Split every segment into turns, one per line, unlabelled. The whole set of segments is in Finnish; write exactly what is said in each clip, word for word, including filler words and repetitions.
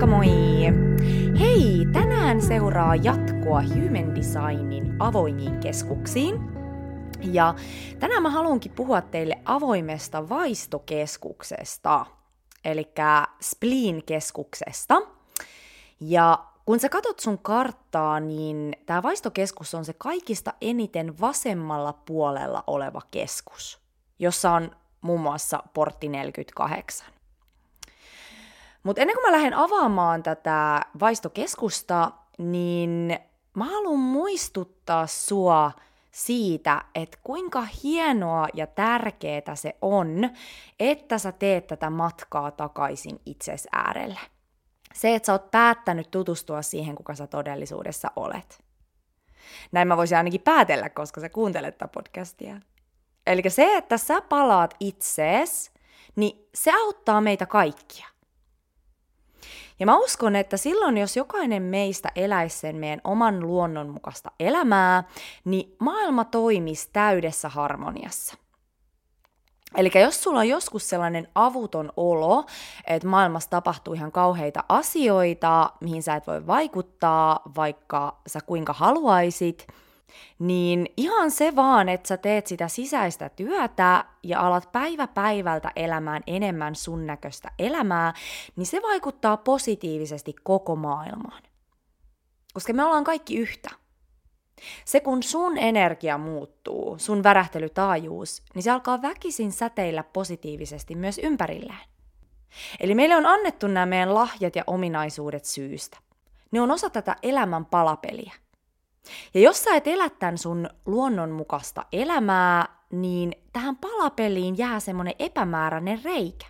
Moikka moi! Hei, tänään seuraa jatkoa Human Designin avoimiin keskuksiin. Ja tänään mä haluankin puhua teille avoimesta vaistokeskuksesta, eli spleen-keskuksesta. Ja kun sä katot sun karttaa, niin tää vaistokeskus on se kaikista eniten vasemmalla puolella oleva keskus, jossa on muun muassa portti neljäkymmentäkahdeksan. Mutta ennen kuin mä lähden avaamaan tätä vaistokeskusta, niin mä haluan muistuttaa sua siitä, että kuinka hienoa ja tärkeää se on, että sä teet tätä matkaa takaisin itsesi äärelle. Se, että sä oot päättänyt tutustua siihen, kuka sä todellisuudessa olet. Näin mä voisin ainakin päätellä, koska sä kuuntelet tätä podcastia. Eli se, että sä palaat itsees, niin se auttaa meitä kaikkia. Ja mä uskon, että silloin, jos jokainen meistä eläisi sen meidän oman luonnonmukaista elämää, niin maailma toimisi täydessä harmoniassa. Eli jos sulla on joskus sellainen avuton olo, että maailmassa tapahtuu ihan kauheita asioita, mihin sä et voi vaikuttaa, vaikka sä kuinka haluaisit, niin ihan se vaan, että sä teet sitä sisäistä työtä ja alat päivä päivältä elämään enemmän sun näköistä elämää, niin se vaikuttaa positiivisesti koko maailmaan. Koska me ollaan kaikki yhtä. Se kun sun energia muuttuu, sun värähtelytaajuus, niin se alkaa väkisin säteillä positiivisesti myös ympärillään. Eli meille on annettu nämä meidän lahjat ja ominaisuudet syystä. Ne on osa tätä elämän palapeliä. Ja jos sä et elä tämän sun luonnonmukaista elämää, niin tähän palapeliin jää semmoinen epämääräinen reikä.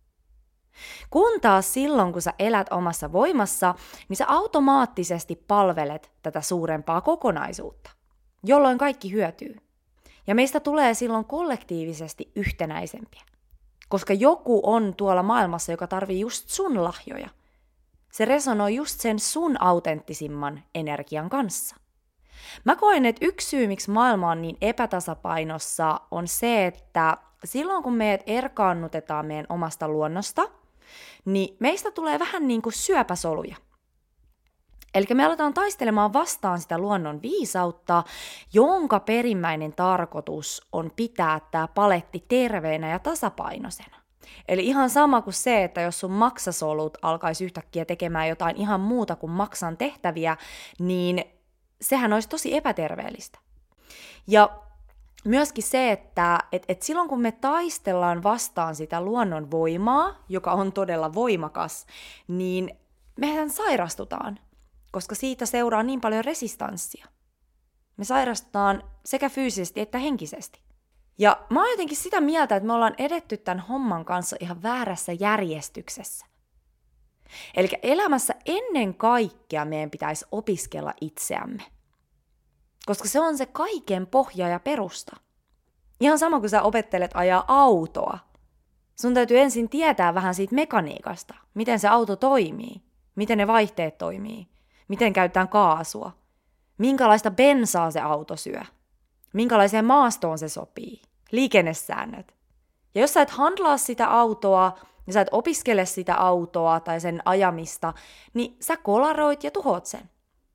Kun taas silloin, kun sä elät omassa voimassa, niin sä automaattisesti palvelet tätä suurempaa kokonaisuutta, jolloin kaikki hyötyy. Ja meistä tulee silloin kollektiivisesti yhtenäisempiä, koska joku on tuolla maailmassa, joka tarvii just sun lahjoja. Se resonoi just sen sun autenttisimman energian kanssa. Mä koen, että yksi syy, miksi maailma on niin epätasapainossa, on se, että silloin kun meidät erkaannutetaan meidän omasta luonnosta, niin meistä tulee vähän niin kuin syöpäsoluja. Eli me aletaan taistelemaan vastaan sitä luonnon viisautta, jonka perimmäinen tarkoitus on pitää tämä paletti terveenä ja tasapainoisena. Eli ihan sama kuin se, että jos sun maksasolut alkaisi yhtäkkiä tekemään jotain ihan muuta kuin maksan tehtäviä, niin sehän olisi tosi epäterveellistä. Ja myöskin se, että et, et silloin kun me taistellaan vastaan sitä luonnon voimaa, joka on todella voimakas, niin mehän sairastutaan, koska siitä seuraa niin paljon resistanssia. Me sairastutaan sekä fyysisesti että henkisesti. Ja mä oon jotenkin sitä mieltä, että me ollaan edetty tämän homman kanssa ihan väärässä järjestyksessä. Eli elämässä ennen kaikkea meidän pitäisi opiskella itseämme. Koska se on se kaiken pohja ja perusta. Ihan sama kuin sä opettelet ajaa autoa. Sun täytyy ensin tietää vähän siitä mekaniikasta. Miten se auto toimii. Miten ne vaihteet toimii. Miten käytetään kaasua. Minkälaista bensaa se auto syö. Minkälaiseen maastoon se sopii. Liikennesäännöt. Ja jos sä et handlaa sitä autoa, ja sä et opiskele sitä autoa tai sen ajamista, niin sä kolaroit ja tuhoat sen.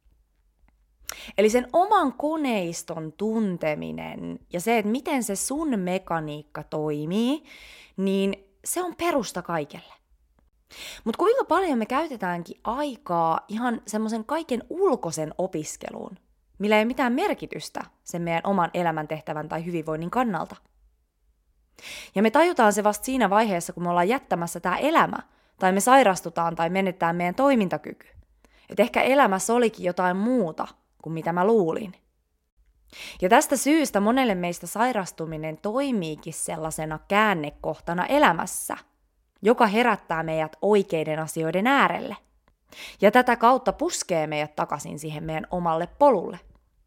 Eli sen oman koneiston tunteminen ja se, että miten se sun mekaniikka toimii, niin se on perusta kaikelle. Mutta kuinka paljon me käytetäänkin aikaa ihan semmoisen kaiken ulkoisen opiskeluun, millä ei ole mitään merkitystä sen meidän oman elämäntehtävän tai hyvinvoinnin kannalta. Ja me tajutaan se vasta siinä vaiheessa, kun me ollaan jättämässä tämä elämä, tai me sairastutaan tai menetään meidän toimintakyky. Että ehkä elämässä olikin jotain muuta kuin mitä mä luulin. Ja tästä syystä monelle meistä sairastuminen toimiikin sellaisena käännekohtana elämässä, joka herättää meidät oikeiden asioiden äärelle. Ja tätä kautta puskee meidät takaisin siihen meidän omalle polulle.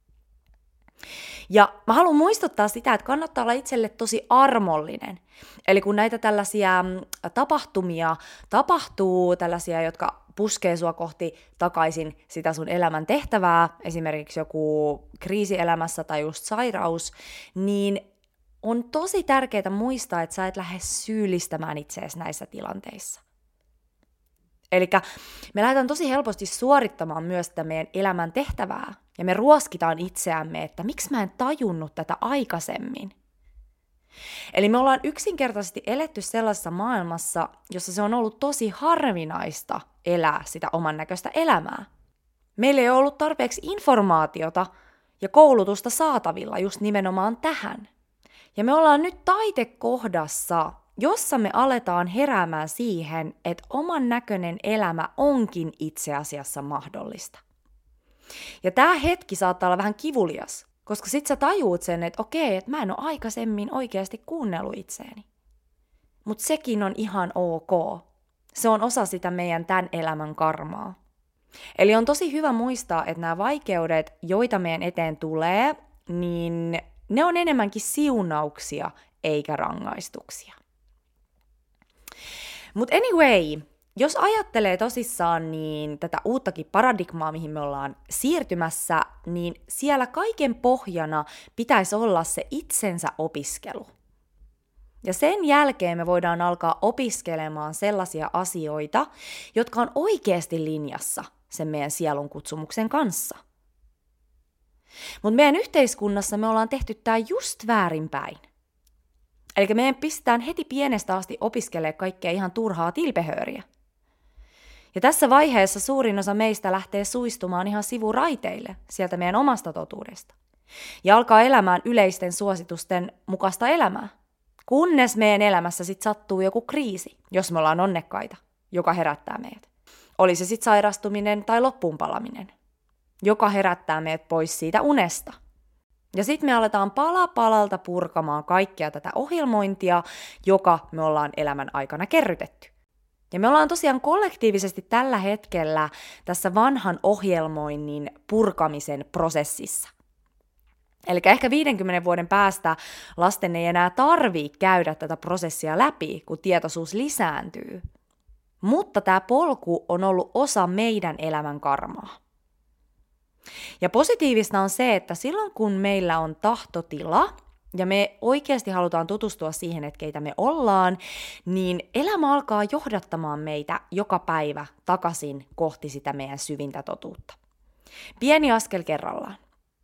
Ja mä haluan muistuttaa sitä, että kannattaa olla itselle tosi armollinen. Eli kun näitä tällaisia tapahtumia tapahtuu, tällaisia, jotka puskee sua kohti takaisin sitä sun elämän tehtävää, esimerkiksi joku kriisi elämässä tai just sairaus, niin on tosi tärkeää muistaa, että sä et lähde syyllistämään itseäsi näissä tilanteissa. Eli me lähdetään tosi helposti suorittamaan myös sitä meidän elämän tehtävää, ja me ruoskitaan itseämme, että miksi mä en tajunnut tätä aikaisemmin. Eli me ollaan yksinkertaisesti eletty sellaisessa maailmassa, jossa se on ollut tosi harvinaista elää sitä oman näköistä elämää. Meillä ei ole ollut tarpeeksi informaatiota ja koulutusta saatavilla just nimenomaan tähän. Ja me ollaan nyt taitekohdassa, jossa me aletaan heräämään siihen, että oman näköinen elämä onkin itse asiassa mahdollista. Ja tämä hetki saattaa olla vähän kivulias, koska sit sä tajuut sen, että okei, että mä en ole aikaisemmin oikeasti kuunnellut itseäni. Mutta sekin on ihan ok. Se on osa sitä meidän tämän elämän karmaa. Eli on tosi hyvä muistaa, että nämä vaikeudet, joita meidän eteen tulee, niin ne on enemmänkin siunauksia eikä rangaistuksia. Mutta anyway, jos ajattelee tosissaan niin tätä uuttakin paradigmaa, mihin me ollaan siirtymässä, niin siellä kaiken pohjana pitäisi olla se itsensä opiskelu. Ja sen jälkeen me voidaan alkaa opiskelemaan sellaisia asioita, jotka on oikeasti linjassa sen meidän sielun kutsumuksen kanssa. Mutta meidän yhteiskunnassa me ollaan tehty tämä just väärinpäin. Eli meidän pistetään heti pienestä asti opiskelemaan kaikkea ihan turhaa tilpehööriä. Ja tässä vaiheessa suurin osa meistä lähtee suistumaan ihan sivuraiteille sieltä meidän omasta totuudesta. Ja alkaa elämään yleisten suositusten mukaista elämää. Kunnes meidän elämässä sitten sattuu joku kriisi, jos me ollaan onnekkaita, joka herättää meidät. Oli se sitten sairastuminen tai loppuunpalaminen, joka herättää meidät pois siitä unesta. Ja sitten me aletaan pala palalta purkamaan kaikkea tätä ohjelmointia, joka me ollaan elämän aikana kerrytetty. Ja me ollaan tosiaan kollektiivisesti tällä hetkellä tässä vanhan ohjelmoinnin purkamisen prosessissa. Eli ehkä viidenkymmenen vuoden päästä lasten ei enää tarvitse käydä tätä prosessia läpi, kun tietoisuus lisääntyy. Mutta tämä polku on ollut osa meidän elämän karmaa. Ja positiivista on se, että silloin kun meillä on tahtotila ja me oikeasti halutaan tutustua siihen, että keitä me ollaan, niin elämä alkaa johdattamaan meitä joka päivä takaisin kohti sitä meidän syvintä totuutta. Pieni askel kerrallaan.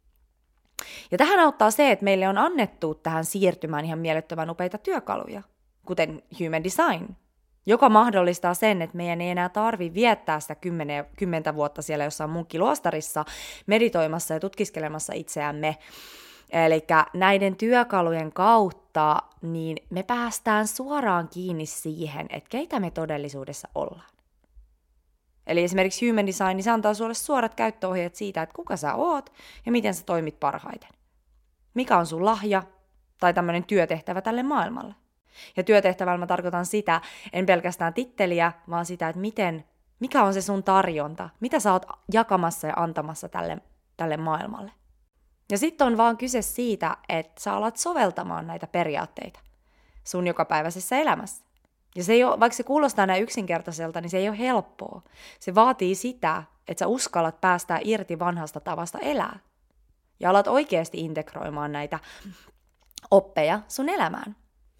Ja tähän auttaa se, että meille on annettu tähän siirtymään ihan mielettömän upeita työkaluja, kuten Human Design, joka mahdollistaa sen, että meidän ei enää tarvitse viettää sitä kymmenen, kymmentä vuotta siellä jossain munkkiluostarissa meditoimassa ja tutkiskelemassa itseämme. Eli näiden työkalujen kautta niin me päästään suoraan kiinni siihen, että keitä me todellisuudessa ollaan. Eli esimerkiksi Human Design, niin se antaa sulle suorat käyttöohjeet siitä, että kuka sä oot ja miten sä toimit parhaiten. Mikä on sun lahja tai tämmöinen työtehtävä tälle maailmalle. Ja työtehtävällä mä tarkoitan sitä, en pelkästään titteliä, vaan sitä, että miten, mikä on se sun tarjonta, mitä sä oot jakamassa ja antamassa tälle, tälle maailmalle. Ja sitten on vaan kyse siitä, että sä alat soveltamaan näitä periaatteita sun jokapäiväisessä elämässä. Ja se ei ole, vaikka se kuulostaa näin yksinkertaiselta, niin se ei ole helppoa. Se vaatii sitä, että sä uskallat päästää irti vanhasta tavasta elää. Ja alat oikeasti integroimaan näitä oppeja sun elämään.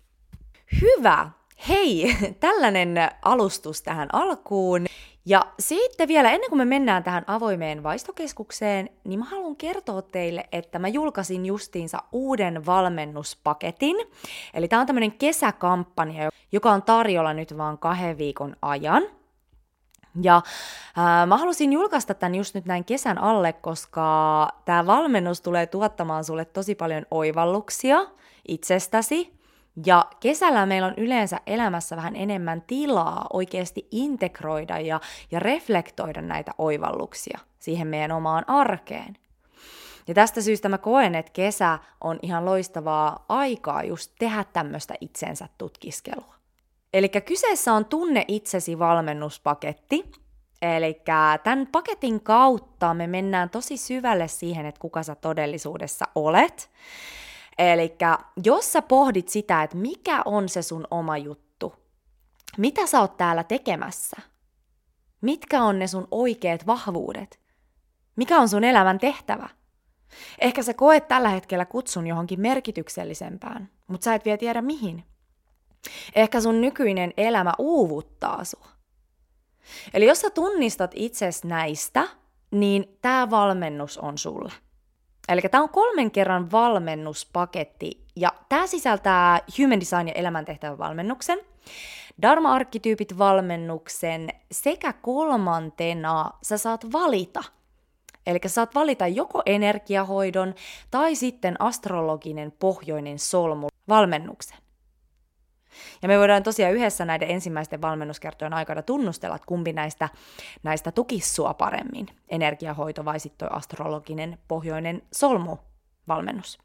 Hyvä! Hei, tällainen alustus tähän alkuun. Ja sitten vielä ennen kuin me mennään tähän avoimeen vaistokeskukseen, niin mä haluan kertoa teille, että mä julkaisin justiinsa uuden valmennuspaketin. Eli tää on tämmönen kesäkampanja, joka on tarjolla nyt vaan kahden viikon ajan. Ja ää, mä halusin julkaista tämän just nyt näin kesän alle, koska tämä valmennus tulee tuottamaan sulle tosi paljon oivalluksia itsestäsi. Ja kesällä meillä on yleensä elämässä vähän enemmän tilaa oikeasti integroida ja, ja reflektoida näitä oivalluksia siihen meidän omaan arkeen. Ja tästä syystä mä koen, että kesä on ihan loistavaa aikaa just tehdä tämmöistä itsensä tutkiskelua. Eli kyseessä on Tunne itsesi valmennuspaketti. Eli tämän paketin kautta me mennään tosi syvälle siihen, että kuka sä todellisuudessa olet. Eli jos sä pohdit sitä, että mikä on se sun oma juttu, mitä sä oot täällä tekemässä, mitkä on ne sun oikeat vahvuudet, mikä on sun elämän tehtävä. Ehkä sä koet tällä hetkellä kutsun johonkin merkityksellisempään, mutta sä et vielä tiedä mihin. Ehkä sun nykyinen elämä uuvuttaa sua. Eli jos sä tunnistat itses näistä, niin tämä valmennus on sulle. Eli tämä on kolmen kerran valmennuspaketti, ja tämä sisältää Human Design ja elämäntehtävän valmennuksen, Dharma-arkkityypit valmennuksen sekä kolmantena sä saat valita. Eli sä saat valita joko energiahoidon tai sitten astrologinen pohjoinen solmu valmennuksen. Ja me voidaan tosiaan yhdessä näiden ensimmäisten valmennuskertojen aikana tunnustella, että kumpi näistä, näistä tukisi sua paremmin, energiahoito vai sitten tuo astrologinen pohjoinen solmu-valmennus.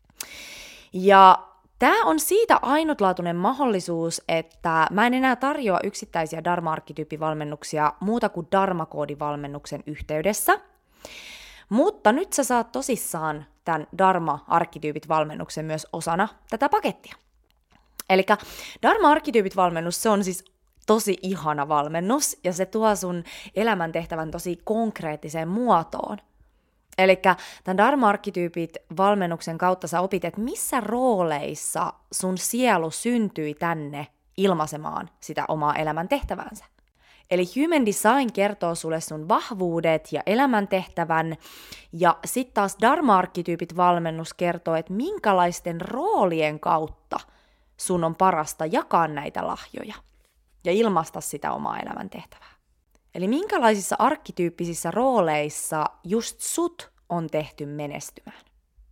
Ja tämä on siitä ainutlaatuinen mahdollisuus, että mä en enää tarjoa yksittäisiä Dharma-arkkityyppivalmennuksia muuta kuin Dharma-koodivalmennuksen yhteydessä, mutta nyt sä saat tosissaan tämän Dharma-arkkityypit-valmennuksen myös osana tätä pakettia. Eli Dharma-arkkityypit-valmennus, se on siis tosi ihana valmennus, ja se tuo sun elämäntehtävän tosi konkreettiseen muotoon. Eli tämän Dharma-arkkityypit-valmennuksen kautta sä opit, että missä rooleissa sun sielu syntyi tänne ilmaisemaan sitä omaa elämäntehtävänsä. Eli Human Design kertoo sulle sun vahvuudet ja elämäntehtävän, ja sitten taas Dharma-arkkityypit-valmennus kertoo, että minkälaisten roolien kautta sun on parasta jakaa näitä lahjoja ja ilmaista sitä omaa elämäntehtävää. Eli minkälaisissa arkkityyppisissä rooleissa just sut on tehty menestymään.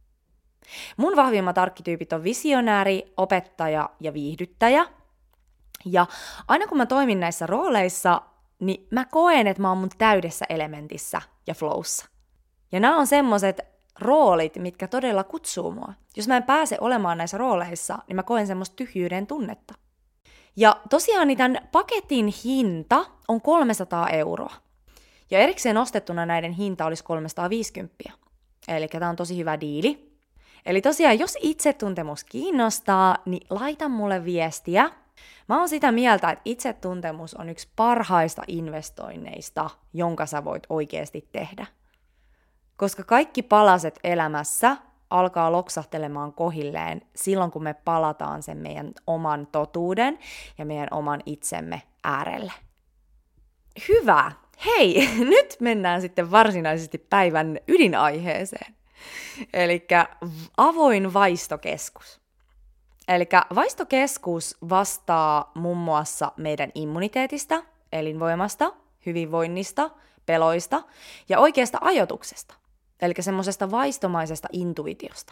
Mun vahvimmat arkkityypit on visionääri, opettaja ja viihdyttäjä. Ja aina kun mä toimin näissä rooleissa, niin mä koen, että mä oon mun täydessä elementissä ja flowssa. Ja nämä on semmoset roolit, mitkä todella kutsuu mua. Jos mä en pääse olemaan näissä rooleissa, niin mä koen semmoista tyhjyyden tunnetta. Ja tosiaan niin tämän paketin hinta on kolmesataa euroa. Ja erikseen ostettuna näiden hinta olisi kolmesataaviisikymmentä. Eli tämä on tosi hyvä diili. Eli tosiaan, jos itsetuntemus kiinnostaa, niin laita mulle viestiä. Mä oon sitä mieltä, että itsetuntemus on yksi parhaista investoinneista, jonka sä voit oikeasti tehdä. Koska kaikki palaset elämässä alkaa loksahtelemaan kohilleen silloin, kun me palataan sen meidän oman totuuden ja meidän oman itsemme äärelle. Hyvä! Hei, nyt mennään sitten varsinaisesti päivän ydinaiheeseen. Eli avoin vaistokeskus. Eli vaistokeskus vastaa muun muassa meidän immuniteetista, elinvoimasta, hyvinvoinnista, peloista ja oikeasta ajotuksesta. Eli semmoisesta vaistomaisesta intuitiosta.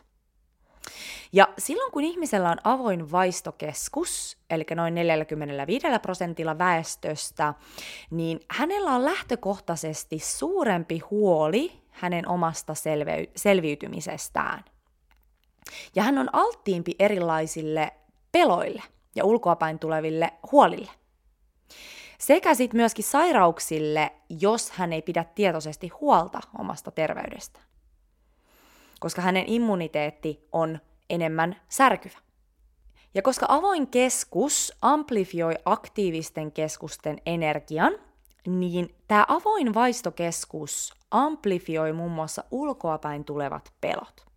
Ja silloin kun ihmisellä on avoin vaistokeskus, eli noin neljäkymmentäviisi prosentilla väestöstä, niin hänellä on lähtökohtaisesti suurempi huoli hänen omasta selve- selviytymisestään. Ja hän on alttiimpi erilaisille peloille ja ulkoapäin tuleville huolille. Sekä sitten myöskin sairauksille, jos hän ei pidä tietoisesti huolta omasta terveydestään. Koska hänen immuniteetti on enemmän särkyvä. Ja koska avoin keskus amplifioi aktiivisten keskusten energian, niin tämä avoin vaistokeskus amplifioi muun muassa ulkoapäin tulevat pelot.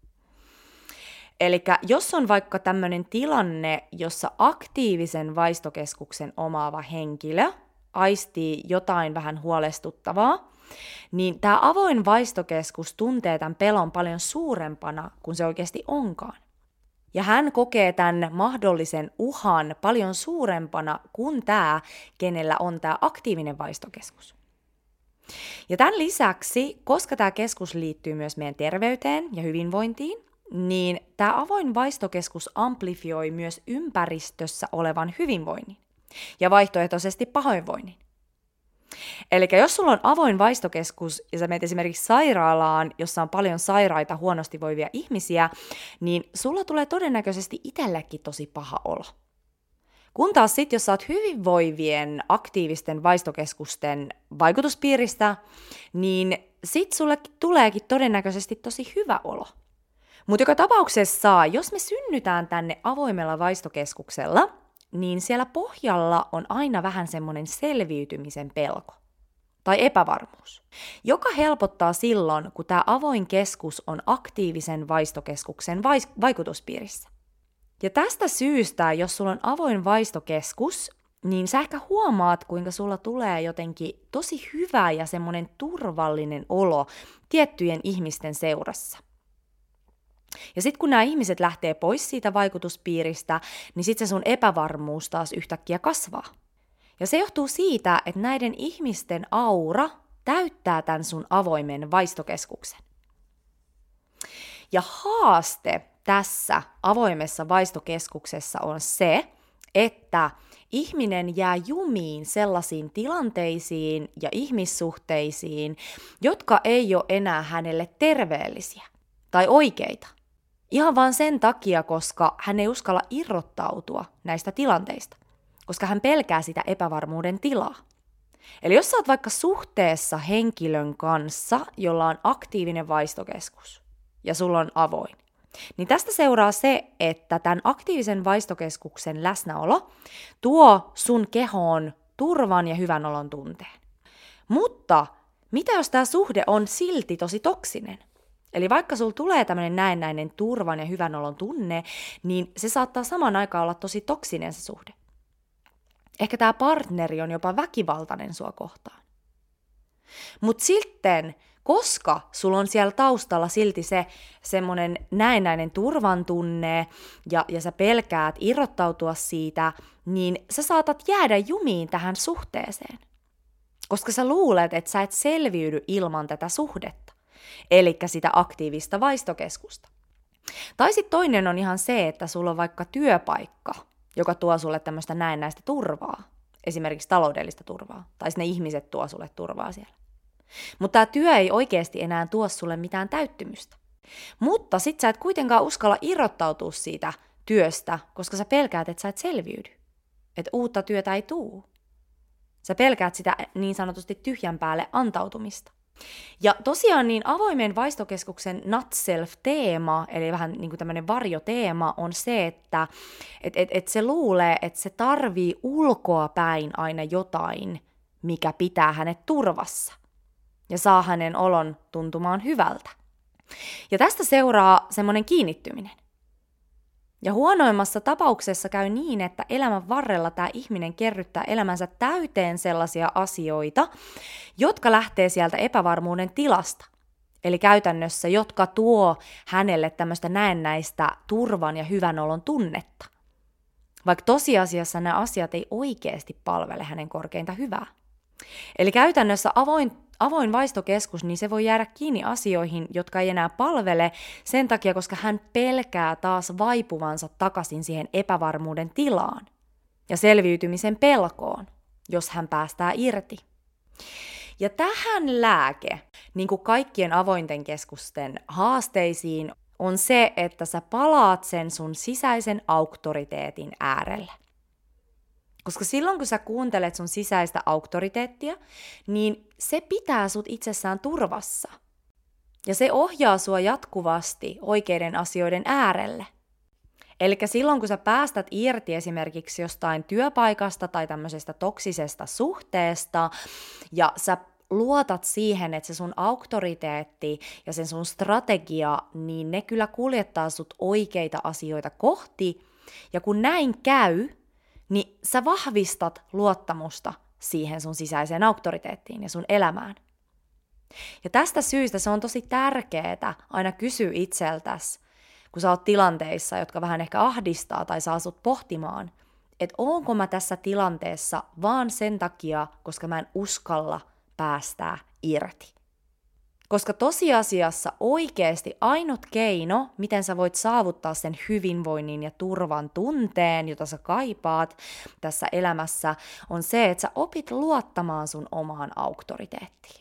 Eli jos on vaikka tämmöinen tilanne, jossa aktiivisen vaistokeskuksen omaava henkilö aistii jotain vähän huolestuttavaa, niin tämä avoin vaistokeskus tuntee tämän pelon paljon suurempana kuin se oikeasti onkaan. Ja hän kokee tämän mahdollisen uhan paljon suurempana kuin tämä, kenellä on tämä aktiivinen vaistokeskus. Ja tämän lisäksi, koska tämä keskus liittyy myös meidän terveyteen ja hyvinvointiin, niin tämä avoin vaistokeskus amplifioi myös ympäristössä olevan hyvinvoinnin ja vaihtoehtoisesti pahoinvoinnin. Eli jos sulla on avoin vaistokeskus ja sä menet esimerkiksi sairaalaan, jossa on paljon sairaita, huonosti voivia ihmisiä, niin sulla tulee todennäköisesti itsellekin tosi paha olo. Kun taas sitten, jos sä oot hyvinvoivien aktiivisten vaistokeskusten vaikutuspiiristä, niin sit sulle tuleekin todennäköisesti tosi hyvä olo. Mutta joka tapauksessa, jos me synnytään tänne avoimella vaistokeskuksella, niin siellä pohjalla on aina vähän semmoinen selviytymisen pelko tai epävarmuus, joka helpottaa silloin, kun tämä avoin keskus on aktiivisen vaistokeskuksen vais- vaikutuspiirissä. Ja tästä syystä, jos sulla on avoin vaistokeskus, niin sä ehkä huomaat, kuinka sulla tulee jotenkin tosi hyvä ja semmoinen turvallinen olo tiettyjen ihmisten seurassa. Ja sitten kun nämä ihmiset lähtee pois siitä vaikutuspiiristä, niin sitten se sun epävarmuus taas yhtäkkiä kasvaa. Ja se johtuu siitä, että näiden ihmisten aura täyttää tämän sun avoimen vaistokeskuksen. Ja haaste tässä avoimessa vaistokeskuksessa on se, että ihminen jää jumiin sellaisiin tilanteisiin ja ihmissuhteisiin, jotka ei ole enää hänelle terveellisiä tai oikeita. Ihan vaan sen takia, koska hän ei uskalla irrottautua näistä tilanteista, koska hän pelkää sitä epävarmuuden tilaa. Eli jos sä oot vaikka suhteessa henkilön kanssa, jolla on aktiivinen vaistokeskus ja sulla on avoin, niin tästä seuraa se, että tämän aktiivisen vaistokeskuksen läsnäolo tuo sun kehoon turvan ja hyvän olon tunteen. Mutta mitä jos tämä suhde on silti tosi toksinen? Eli vaikka sulla tulee tämmöinen näennäinen turvan ja hyvän olon tunne, niin se saattaa saman aikaan olla tosi toksinen se suhde. Ehkä tämä partneri on jopa väkivaltainen sua kohtaan. Mutta sitten, koska sulla on siellä taustalla silti se semmoinen näennäinen turvan tunne ja, ja sä pelkäät irrottautua siitä, niin sä saatat jäädä jumiin tähän suhteeseen. Koska sä luulet, että sä et selviydy ilman tätä suhdetta. Eli sitä aktiivista vaistokeskusta. Tai sitten toinen on ihan se, että sulla on vaikka työpaikka, joka tuo sulle tämmöistä näennäistä turvaa, esimerkiksi taloudellista turvaa, tai ne ihmiset tuo sulle turvaa siellä. Mutta tämä työ ei oikeasti enää tuo sulle mitään täyttymystä. Mutta sit sä et kuitenkaan uskalla irrottautua siitä työstä, koska sä pelkäät, että sä et selviydy. Että uutta työtä ei tuu. Sä pelkäät sitä niin sanotusti tyhjän päälle antautumista. Ja tosiaan niin avoimen vaistokeskuksen not self-teema, eli vähän niin kuin tämmöinen varjoteema, on se, että et, et, et se luulee, että se tarvii ulkoa päin aina jotain, mikä pitää hänet turvassa ja saa hänen olon tuntumaan hyvältä. Ja tästä seuraa semmoinen kiinnittyminen. Ja huonoimmassa tapauksessa käy niin, että elämän varrella tämä ihminen kerryttää elämänsä täyteen sellaisia asioita, jotka lähtee sieltä epävarmuuden tilasta. Eli käytännössä, jotka tuo hänelle tämmöistä näennäistä turvan ja hyvän olon tunnetta. Vaikka tosiasiassa nämä asiat ei oikeasti palvele hänen korkeinta hyvää. Eli käytännössä avoin Avoin vaistokeskus, niin se voi jäädä kiinni asioihin, jotka ei enää palvele sen takia, koska hän pelkää taas vaipuvansa takaisin siihen epävarmuuden tilaan ja selviytymisen pelkoon, jos hän päästää irti. Ja tähän lääke, niin kuin kaikkien avointen keskusten haasteisiin, on se, että sä palaat sen sun sisäisen auktoriteetin äärelle. Koska silloin, kun sä kuuntelet sun sisäistä auktoriteettia, niin se pitää sut itsessään turvassa. Ja se ohjaa sua jatkuvasti oikeiden asioiden äärelle. Eli silloin, kun sä päästät irti esimerkiksi jostain työpaikasta tai tämmöisestä toksisesta suhteesta, ja sä luotat siihen, että se sun auktoriteetti ja sen sun strategia, niin ne kyllä kuljettaa sut oikeita asioita kohti. Ja kun näin käy, niin sä vahvistat luottamusta siihen sun sisäiseen auktoriteettiin ja sun elämään. Ja tästä syystä se on tosi tärkeää aina kysyä itseltäsi, kun sä oot tilanteissa, jotka vähän ehkä ahdistaa tai saa sut pohtimaan, että oonko mä tässä tilanteessa vaan sen takia, koska mä en uskalla päästää irti. Koska tosiasiassa oikeasti ainut keino, miten sä voit saavuttaa sen hyvinvoinnin ja turvan tunteen, jota sä kaipaat tässä elämässä, on se, että sä opit luottamaan sun omaan auktoriteettiin.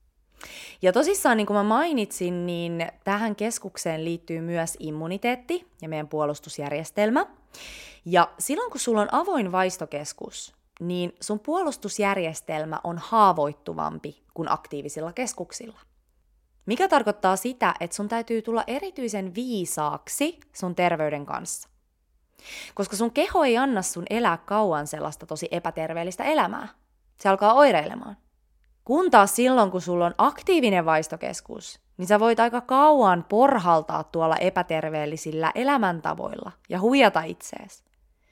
Ja tosissaan, niin kuin mä mainitsin, niin tähän keskukseen liittyy myös immuniteetti ja meidän puolustusjärjestelmä. Ja silloin, kun sulla on avoin vaistokeskus, niin sun puolustusjärjestelmä on haavoittuvampi kuin aktiivisilla keskuksilla. Mikä tarkoittaa sitä, että sun täytyy tulla erityisen viisaaksi sun terveyden kanssa. Koska sun keho ei anna sun elää kauan sellaista tosi epäterveellistä elämää. Se alkaa oireilemaan. Kun taas silloin, kun sulla on aktiivinen vaistokeskus, niin sä voit aika kauan porhaltaa tuolla epäterveellisillä elämäntavoilla ja huijata itseesi.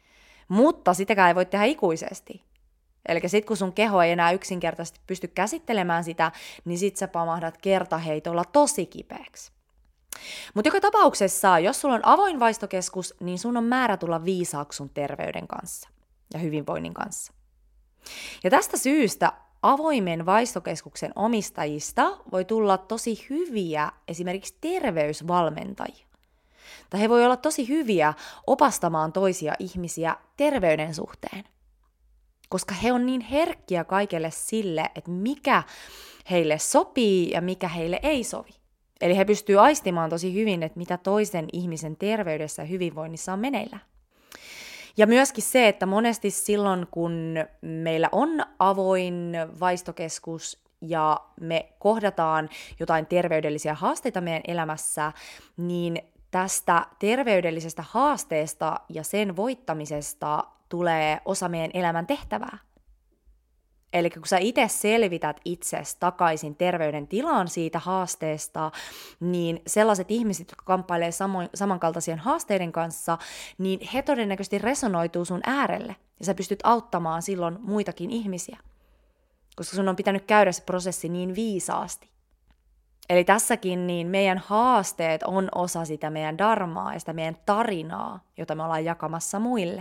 Mutta sitäkään ei voi tehdä ikuisesti. Eli sitten kun sun keho ei enää yksinkertaisesti pysty käsittelemään sitä, niin sit sä pamahdat kertaheitolla tosi kipeäksi. Mutta joka tapauksessa, jos sulla on avoin vaistokeskus, niin sun on määrä tulla viisaaksi sun terveyden kanssa ja hyvinvoinnin kanssa. Ja tästä syystä avoimen vaistokeskuksen omistajista voi tulla tosi hyviä esimerkiksi terveysvalmentajia. Tai he voi olla tosi hyviä opastamaan toisia ihmisiä terveyden suhteen. Koska he on niin herkkiä kaikelle sille, että mikä heille sopii ja mikä heille ei sovi. Eli he pystyvät aistimaan tosi hyvin, että mitä toisen ihmisen terveydessä ja hyvinvoinnissa on meneillään. Ja myöskin se, että monesti silloin, kun meillä on avoin vaistokeskus ja me kohdataan jotain terveydellisiä haasteita meidän elämässä, niin tästä terveydellisestä haasteesta ja sen voittamisesta tulee osa meidän elämän tehtävää. Eli kun sä itse selvität itsesi takaisin terveyden tilaan siitä haasteesta, niin sellaiset ihmiset, jotka kamppailee samo- samankaltaisien haasteiden kanssa, niin he todennäköisesti resonoituu sun äärelle. Ja sä pystyt auttamaan silloin muitakin ihmisiä. Koska sun on pitänyt käydä se prosessi niin viisaasti. Eli tässäkin niin meidän haasteet on osa sitä meidän dharmaa ja sitä meidän tarinaa, jota me ollaan jakamassa muille.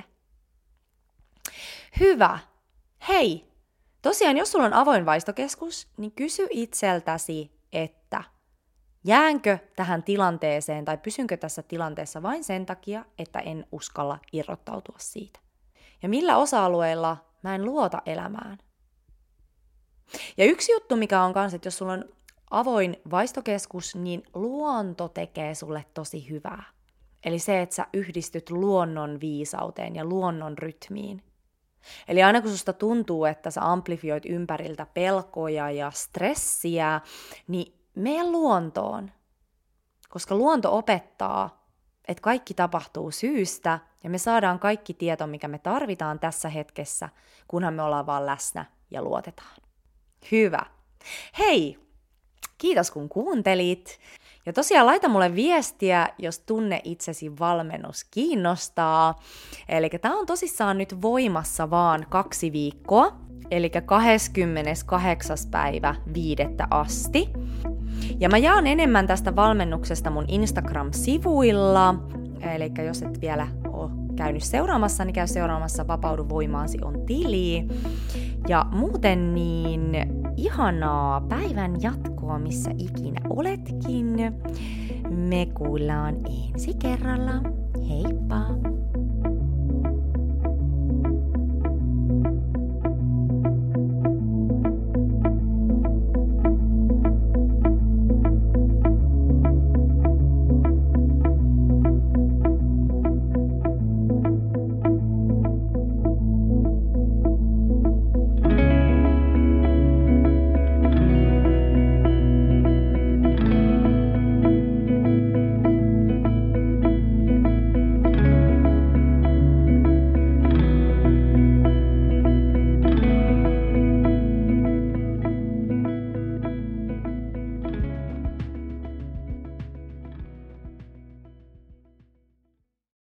Hyvä. Hei! Tosiaan, jos sulla on avoin vaistokeskus, niin kysy itseltäsi, että jäänkö tähän tilanteeseen tai pysynkö tässä tilanteessa vain sen takia, että en uskalla irrottautua siitä. Ja millä osa-alueilla mä en luota elämään. Ja yksi juttu, mikä on kanssa, että jos sulla on avoin vaistokeskus, niin luonto tekee sulle tosi hyvää. Eli se, että sä yhdistyt luonnon viisauteen ja luonnon rytmiin. Eli aina kun susta tuntuu, että sä amplifioit ympäriltä pelkoja ja stressiä, niin mene luontoon. Koska luonto opettaa, että kaikki tapahtuu syystä ja me saadaan kaikki tieto, mikä me tarvitaan tässä hetkessä, kunhan me ollaan vaan läsnä ja luotetaan. Hyvä. Hei, kiitos kun kuuntelit. Ja tosiaan laita mulle viestiä, jos tunne itsesi valmennus kiinnostaa. Eli tää on tosissaan nyt voimassa vaan kaksi viikkoa, eli kahdeskymmeneskahdeksas päivä viidettä asti. Ja mä jaan enemmän tästä valmennuksesta mun Instagram-sivuilla, eli jos et vielä ole käynyt seuraamassa, niin käy seuraamassa Vapaudu voimaasi on tili. Ja muuten niin ihanaa päivän jatkoa, missä ikinä oletkin. Me kuullaan ensi kerralla. Heippa!